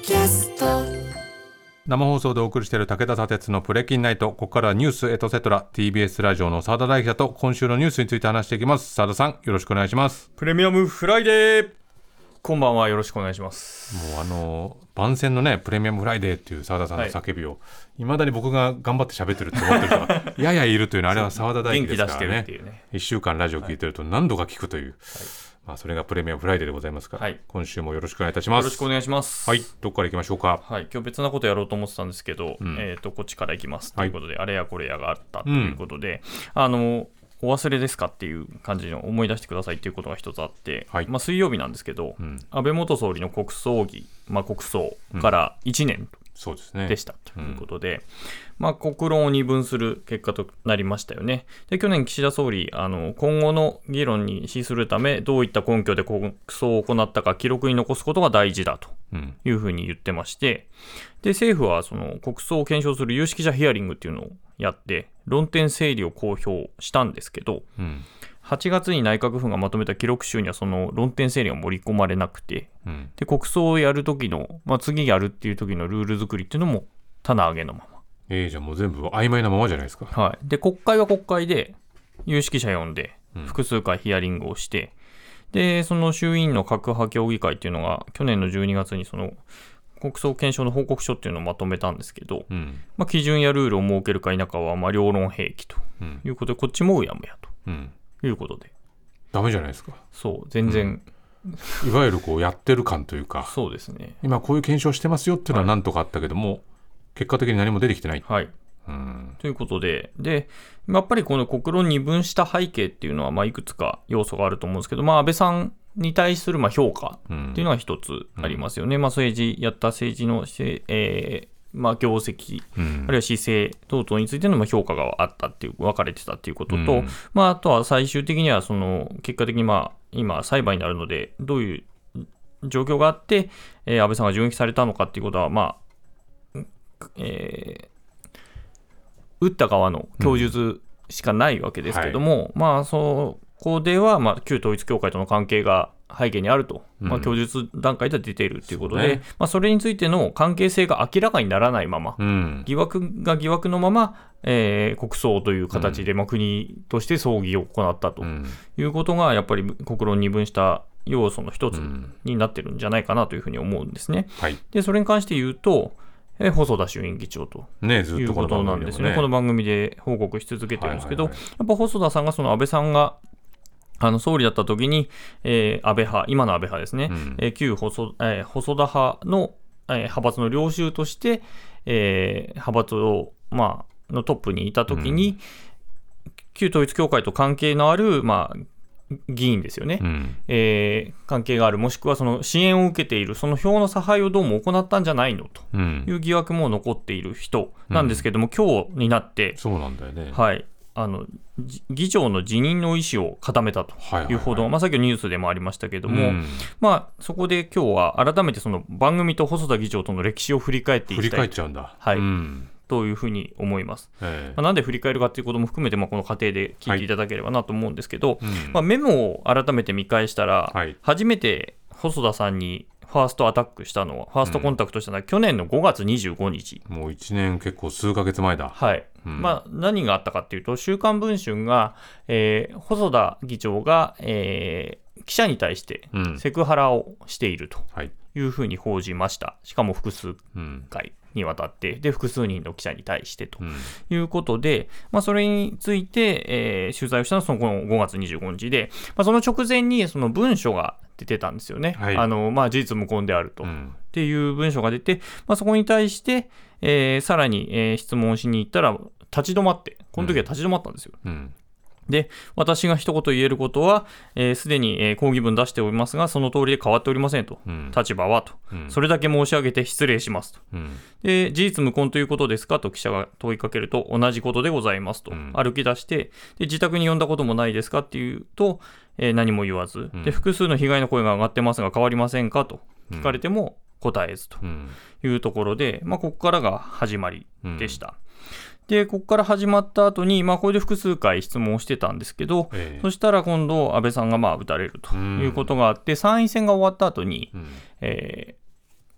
キャスト。 生放送でお送りしている武田砂鉄のプレキンナイト。ここからはニュースエトセトラ TBS ラジオの澤田大記者と今週のニュースについて話していきます。澤田さん、よろしくお願いします。 プレミアムフライデー、こんばんは、よろしくお願いします。 もう番宣のねプレミアムフライデーっていう澤田さんの叫びを、未だに僕が頑張って喋ってると思ってる人がややいるというのはあれは澤田大記ですからね。 元気出してるっていうね。 1週間ラジオ聞いてると何度か聞くという、それがプレミアムフライデーでございますから、今週もよろしくお願いいたします。 よろしくお願いします。 はい、どこから行きましょうか。 今日別なことやろうと思ってたんですけど、こっちから行きますということで、あれやこれやがあったということで、お忘れですかっていう感じの思い出してくださいっていうことが一つあって、水曜日なんですけど、安倍元総理の国葬儀、国葬から1年でしたということで、国論を二分する結果となりましたよね。で、去年岸田総理今後の議論に資するためどういった根拠で国葬を行ったか記録に残すことが大事だというふうに言ってまして、で政府はその国葬を検証する有識者ヒアリングっていうのをやって論点整理を公表したんですけど、8月に内閣府がまとめた記録集にはその論点整理が盛り込まれなくて、で国葬をやる時の、次やるっていう時のルール作りっていうのも棚上げのまま、 じゃあもう全部曖昧なままじゃないですか。 で国会は国会で有識者呼んで複数回ヒアリングをして、でその衆院の各派協議会っていうのが去年の12月にその国葬検証の報告書っていうのをまとめたんですけど、基準やルールを設けるか否かは両論併記ということで、こっちもうやむやということで、 ダメじゃないですか。 そう全然、 いわゆるこうやってる感というか、 そうですね、 今こういう検証してますよっていうのは何とかあったけども、結果的に何も出てきてない。ということで、やっぱりこの国論二分した背景っていうのは、いくつか要素があると思うんですけど、安倍さんに対する評価っていうのは一つありますよね。政治やった政治の、業績、あるいは姿勢等々についての評価があったっていう、分かれてたっていうことと、あとは最終的にはその結果的に今裁判になるのでどういう状況があって、安倍さんが銃撃されたのかっていうことは撃った側の供述しかないわけですけども、そこでは旧統一教会との関係が背景にあると、供述段階では出ているということで、それについての関係性が明らかにならないまま、疑惑が疑惑のまま、国葬という形で、国として葬儀を行ったということがやっぱり国論二分した要素の一つになってるんじゃないかなというふうに思うんですね。でそれに関して言うと、細田衆院議長ということなんですね。この番組で報告し続けてるんですけど、やっぱ細田さんがその安倍さんが総理だった時に、安倍派、今の安倍派ですね、旧細田派の、派閥の領袖として、派閥を、のトップにいた時に、旧統一教会と関係のある、議員ですよね、関係がある、もしくはその支援を受けている、その票の差配をどうも行ったんじゃないのという疑惑も残っている人なんですけども、今日になって、 そうなんだよね、 議長の辞任の意思を固めたという報道、さっきのニュースでもありましたけども、そこで今日は改めてその番組と細田議長との歴史を振り返っていきたい。 振り返っちゃうんだ。 というふうに思います。なんで振り返るかということも含めて、この過程で聞いていただければなと思うんですけど、メモを改めて見返したら、初めて細田さんにファーストアタックしたのは、ファーストコンタクトしたのは去年の5月25日。 もう1年結構数ヶ月前だ。 何があったかというと、週刊文春が、細田議長が、記者に対してセクハラをしているというふうに報じました。しかも複数回にわたって、で複数人の記者に対してということで、それについて、取材をしたのはその5月25日で、その直前にその文書が出てたんですよね。事実無根であると、っていう文書が出て、そこに対して、さらに、質問しに行ったら立ち止まって、この時は立ち止まったんですよ。で、私が一言言えることは、すでに抗議文出しておりますが、その通りで変わっておりませんと、立場はと、それだけ申し上げて失礼しますと、で、事実無根ということですかと記者が問いかけると、同じことでございますと、歩き出して、で、自宅に呼んだこともないですかっていうと、何も言わず、で、複数の被害の声が上がってますが変わりませんかと聞かれても答えずというところで、ここからが始まりでした。で、ここから始まった後に、これで複数回質問をしてたんですけど、そしたら今度安倍さんが撃たれるということがあって、参院選が終わった後に、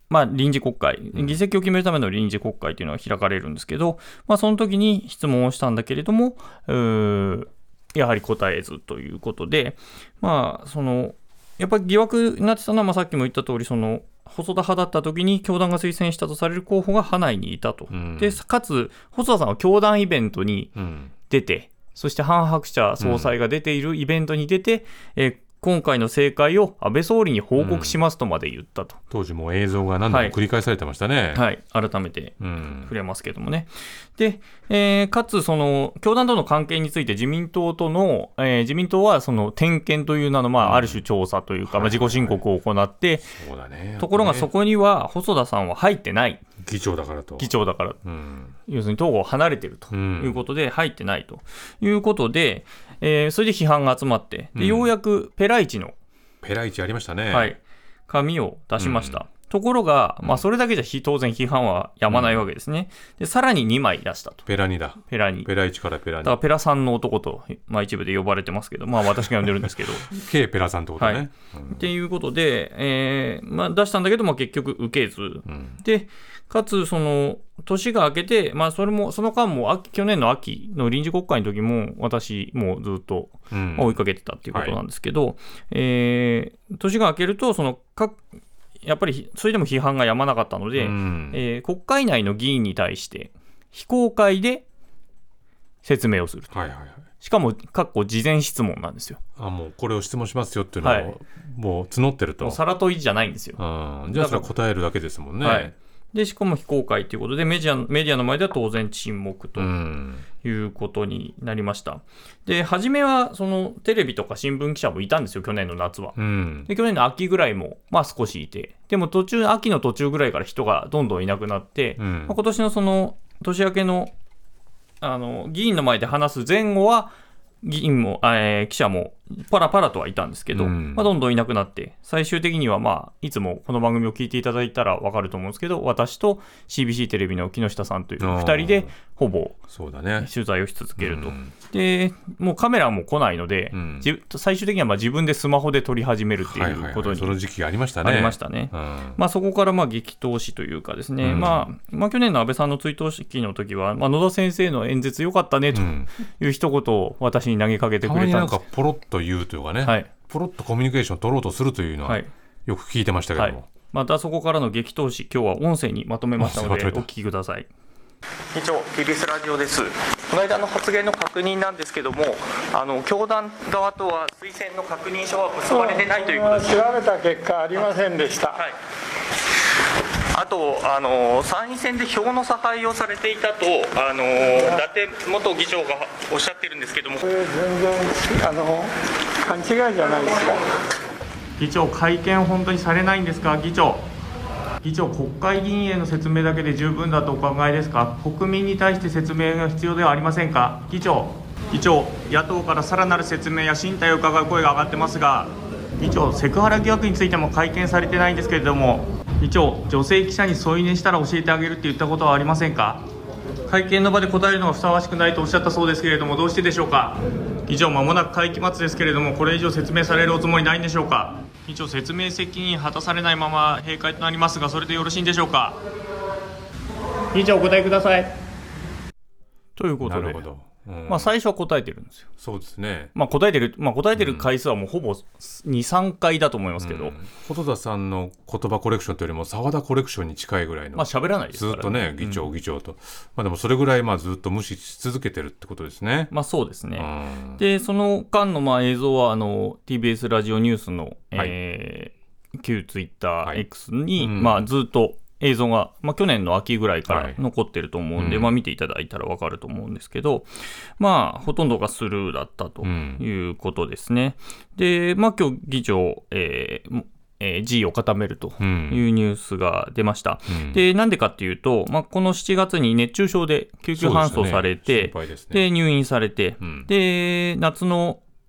臨時国会、議席を決めるための臨時国会というのが開かれるんですけど、その時に質問をしたんだけれども、やはり答えずということで、やっぱり疑惑になってたのは、さっきも言った通り、細田派だった時に教団が推薦したとされる候補が派内にいたと。でかつ細田さんは教団イベントに出て、そしてハン・ハクチャ総裁が出ているイベントに出て、今回の政界を安倍総理に報告しますとまで言ったと。 当時も映像が何度も繰り返されてましたね。 はい、改めて触れますけどもね。で、かつ教団との関係について自民党は点検という名の、ある種調査というか、自己申告を行って、 そうだね、 ところがそこには細田さんは入ってない。 議長だからと。 要するに党を離れているということで入ってないということで、それで批判が集まって、でようやくペライチありましたね、紙を出しました。ところが、それだけじゃ当然批判はやまないわけですね。でさらに2枚出したと。 ペラ2だ。ペラ1からペラ2。 だからペラさんの男と、一部で呼ばれてますけど、私が呼んでるんですけど K ペラさんってことね。 っていうことで、出したんだけど、結局受けず、でかつ年が明けて、その間も去年の秋の臨時国会の時も私もずっと追いかけてたっていうことなんですけど、年が明けるとやっぱりそれでも批判がやまなかったので、国会内の議員に対して非公開で説明をすると。しかも事前質問なんですよ。 もうこれを質問しますよっていうのを、もう募ってると。 さら問いじゃないんですよ。 じゃあそれは答えるだけですもんね。 でしかも非公開ということでメディアの前では当然沈黙ということになりました。で初めはテレビとか新聞記者もいたんですよ、去年の夏は。で去年の秋ぐらいも少しいて、でも秋の途中ぐらいから人がどんどんいなくなって、今年の年明けの議員の前で話す前後は議員も、記者もパラパラとはいたんですけど、どんどんいなくなって、最終的にはいつもこの番組を聞いていただいたら分かると思うんですけど、私と CBC テレビの木下さんという2人でほぼ取材をし続けると。でもうカメラも来ないので、最終的には自分でスマホで撮り始めるっていうことにその時期がありましたね。 そこから激闘史というかですね、去年の安倍さんの追悼式の時は、野田先生の演説良かったねという一言を私に投げかけてくれたんです。 たまになんかポロッと言うというかね、ポロッとコミュニケーションを取ろうとするというのはよく聞いてましたけども、 またそこからの激闘史、今日は音声にまとめましたのでお聞きください。議長、TBS ラジオです。この間の発言の確認なんですけども、教団側とは推薦の確認書は結ばれてないということです。 調べた結果ありませんでした。 あと参院選で票の差配をされていたと伊達元議長がおっしゃってるんですけども、 これ全然勘違いじゃないですか。 議長、会見本当にされないんですか。議長、国会議員への説明だけで十分だとお考えですか。国民に対して説明が必要ではありませんか。議長、野党からさらなる説明や進退を伺う声が上がってますが、議長、セクハラ疑惑についても会見されてないんですけれども、議長、女性記者に添い寝したら教えてあげるって言ったことはありませんか。会見の場で答えるのがふさわしくないとおっしゃったそうですけれども、どうしてでしょうか。議長、間もなく会期末ですけれども、これ以上説明されるおつもりないんでしょうか。議長、説明責任果たされないまま閉会となりますが、それでよろしいんでしょうか。議長、お答えください。ということで、最初は答えてるんですよ。 そうですね。 答えてる回数はもうほぼ 2,3 回だと思いますけど、 細田さんの言葉コレクションというよりも澤田コレクションに近いぐらいの、 喋らないですからね、 ずっとね、議長と、でもそれぐらいずっと無視し続けてるってことですね。 そうですね。でその間の映像はTBS ラジオニュースの、旧ツイッター X に、ずっと映像が、去年の秋ぐらいから残ってると思うんで、見ていただいたら分かると思うんですけど、ほとんどがスルーだったということですね。で、今日議長、辞意を固めるというニュースが出ました。で、なんでかっていうと、この7月に熱中症で救急搬送されて、で入院されて、で夏の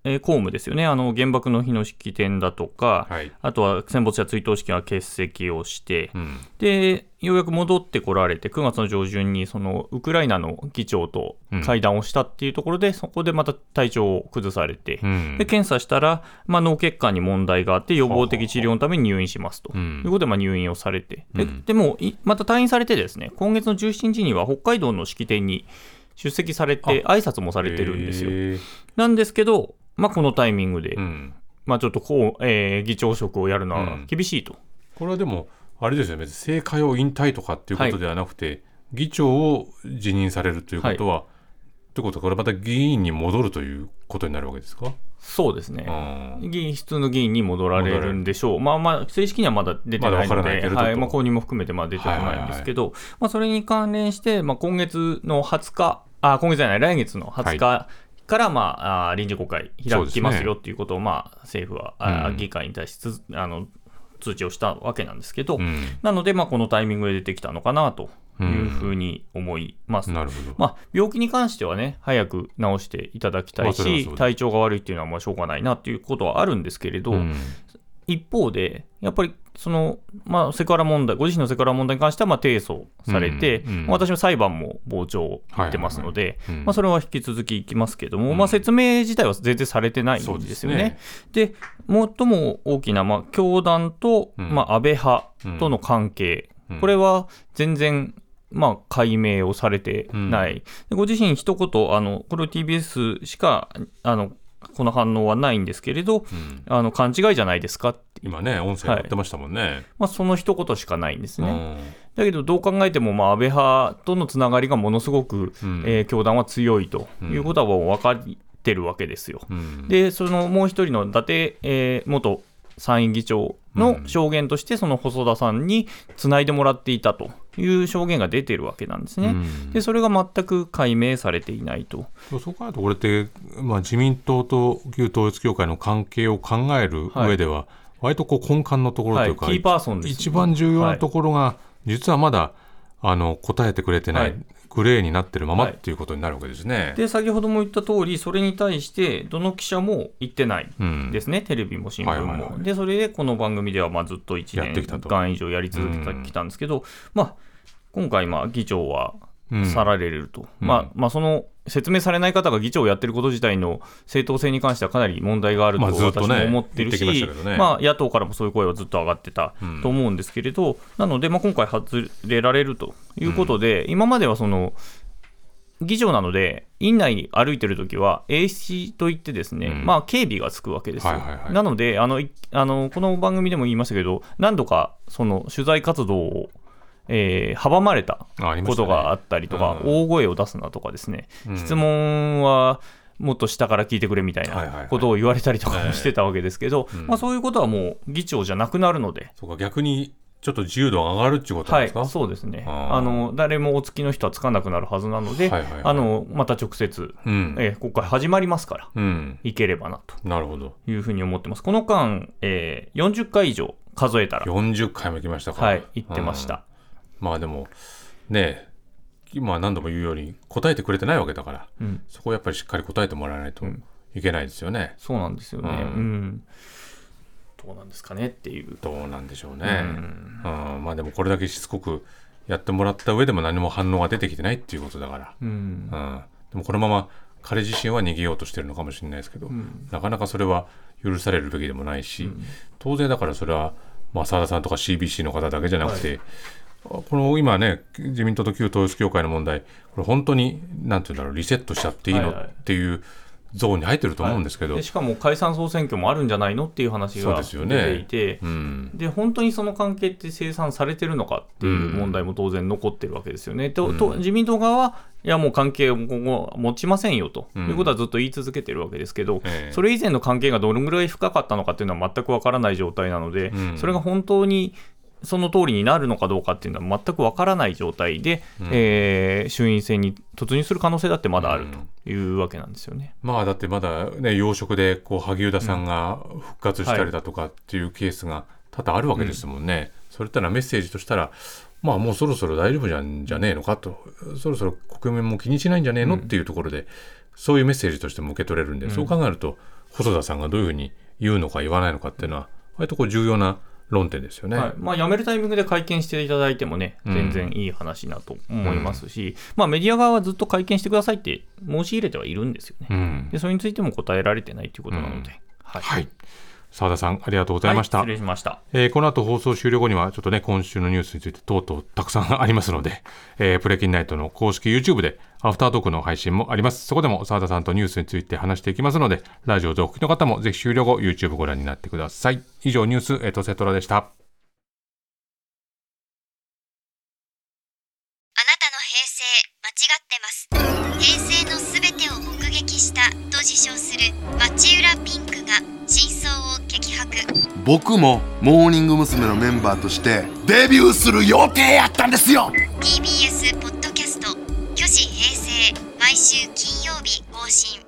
公務ですよね、原爆の日の式典だとか、はい、あとは戦没者追悼式は欠席をして、でようやく戻ってこられて9月の上旬にそのウクライナの議長と会談をしたっていうところで、そこでまた体調を崩されて、で検査したら、脳血管に問題があって予防的治療のために入院しますということで、入院をされて、でもまた退院されてですね、今月の17日には北海道の式典に出席されて挨拶もされてるんですよ。なんですけど、このタイミングで、ちょっと議長職をやるのは厳しいと。 これはでもあれですよね、政界を引退とかっていうことではなくて、議長を辞任されるということは、ということはこれまた議員に戻るということになるわけですか？ そうですね、普通の議員に戻られるんでしょう。正式にはまだ出てないので、公認も含めて出てはないんですけど、それに関連して、今月の20日今月じゃない来月の20日から臨時国会開きますよということを、政府は、議会に対して通知をしたわけなんですけど、なので、このタイミングで出てきたのかなというふうに思います。 なるほど。 病気に関してはね、早く治していただきたいし、体調が悪いっていうのはしょうがないなということはあるんですけれど、一方でやっぱりその、セクハラ問題、ご自身のセクハラ問題に関しては提訴されて、私の裁判も傍聴してますので、それは引き続きいきますけれども、説明自体は全然されてないんですよね。で、最も大きな、教団と、安倍派との関係、これは全然解明をされてない。ご自身一言これ TBS しかこの反応はないんですけれど、勘違いじゃないですかって今ね音声やってましたもんね、 その一言しかないんですね。だけどどう考えても安倍派とのつながりがものすごく、教団は強いということはもう分かってるわけですよ。でそのもう一人の伊達、元参院議長の証言として、その細田さんにつないでもらっていたという証言が出ているわけなんですね。でそれが全く解明されていないと。 そう考えるとこれって、自民党と旧統一教会の関係を考える上では、割と根幹のところというか、 キーパーソンですね。 一番重要なところが、実はまだ答えてくれてない、グレーになってるままっていうことになるわけですね。 で先ほども言った通り、それに対してどの記者も言ってないですね、テレビも新聞も。でそれでこの番組ではずっと1年間以上やり続けてきたんですけど、今回議長は去られると、その説明されない方が議長をやってること自体の正当性に関してはかなり問題があると私も思ってるし、野党からもそういう声はずっと上がってたと思うんですけれど、なので今回外れられるということで、今まではその議長なので院内に歩いてるときは衛視といってですね、警備がつくわけですよ。なのでこの番組でも言いましたけど、何度かその取材活動を阻まれたことがあったりとか、大声を出すなとかですね、質問はもっと下から聞いてくれみたいなことを言われたりとかもしてたわけですけど、そういうことはもう議長じゃなくなるので。 そうか、逆にちょっと自由度が上がるっていうことなんですか？ そうですね。誰もお付きの人はつかなくなるはずなので、また直接、国会始まりますから、行ければなというふうに思ってます。この間、40回以上数えたら 40回も行きましたか？ 行ってました。 でもね、今何度も言うように答えてくれてないわけだから、そこをやっぱりしっかり答えてもらわないといけないですよね。 そうなんですよね。どうなんですかねっていう。 どうなんでしょうね。でもこれだけしつこくやってもらった上でも何も反応が出てきてないっていうことだから、でもこのまま彼自身は逃げようとしてるのかもしれないですけど、なかなかそれは許されるべきでもないし、当然だからそれは澤田さんとか CBC の方だけじゃなくて、この今ね、自民党と旧統一教会の問題、これ本当になんていうんだろう、リセットしちゃっていいのっていうゾーンに入ってると思うんですけど、 でしかも解散総選挙もあるんじゃないのっていう話が出ていて、で本当にその関係って清算されてるのかっていう問題も当然残ってるわけですよね。自民党側はいやもう関係を今後持ちませんよということはずっと言い続けてるわけですけど、それ以前の関係がどのぐらい深かったのかっていうのは全くわからない状態なので、それが本当にその通りになるのかどうかっていうのは全くわからない状態で、衆院選に突入する可能性だってまだあるというわけなんですよね。 だってまだね、要職で萩生田さんが復活したりだとかっていうケースが多々あるわけですもんね。それってのはメッセージとしたら、もうそろそろ大丈夫じゃねえのかと、そろそろ国民も気にしないんじゃねえのっていうところで、そういうメッセージとしても受け取れるんで、そう考えると細田さんがどういうふうに言うのか言わないのかっていうのは割と重要な論点ですよね。 辞めるタイミングで会見していただいてもね、全然いい話だと思いますし、メディア側はずっと会見してくださいって申し入れてはいるんですよね。でそれについても答えられてないということなので、 澤田さんありがとうございました。 失礼しました。 この後放送終了後にはちょっとね今週のニュースについてとうとうたくさんありますので、プレキンナイトの公式 YouTube でアフタートークの配信もあります。そこでも澤田さんとニュースについて話していきますので、ラジオでお聞きの方もぜひ終了後 YouTube ご覧になってください。以上ニュースエトセトラでした。あなたの平成間違ってます。平成のすべてを目撃したと自称する町浦ピンクが真相を激白。 僕もモーニング娘。のメンバーとしてデビューする予定やったんですよ。 TBS ポッドキャスト「虚子平成」毎週金曜日更新。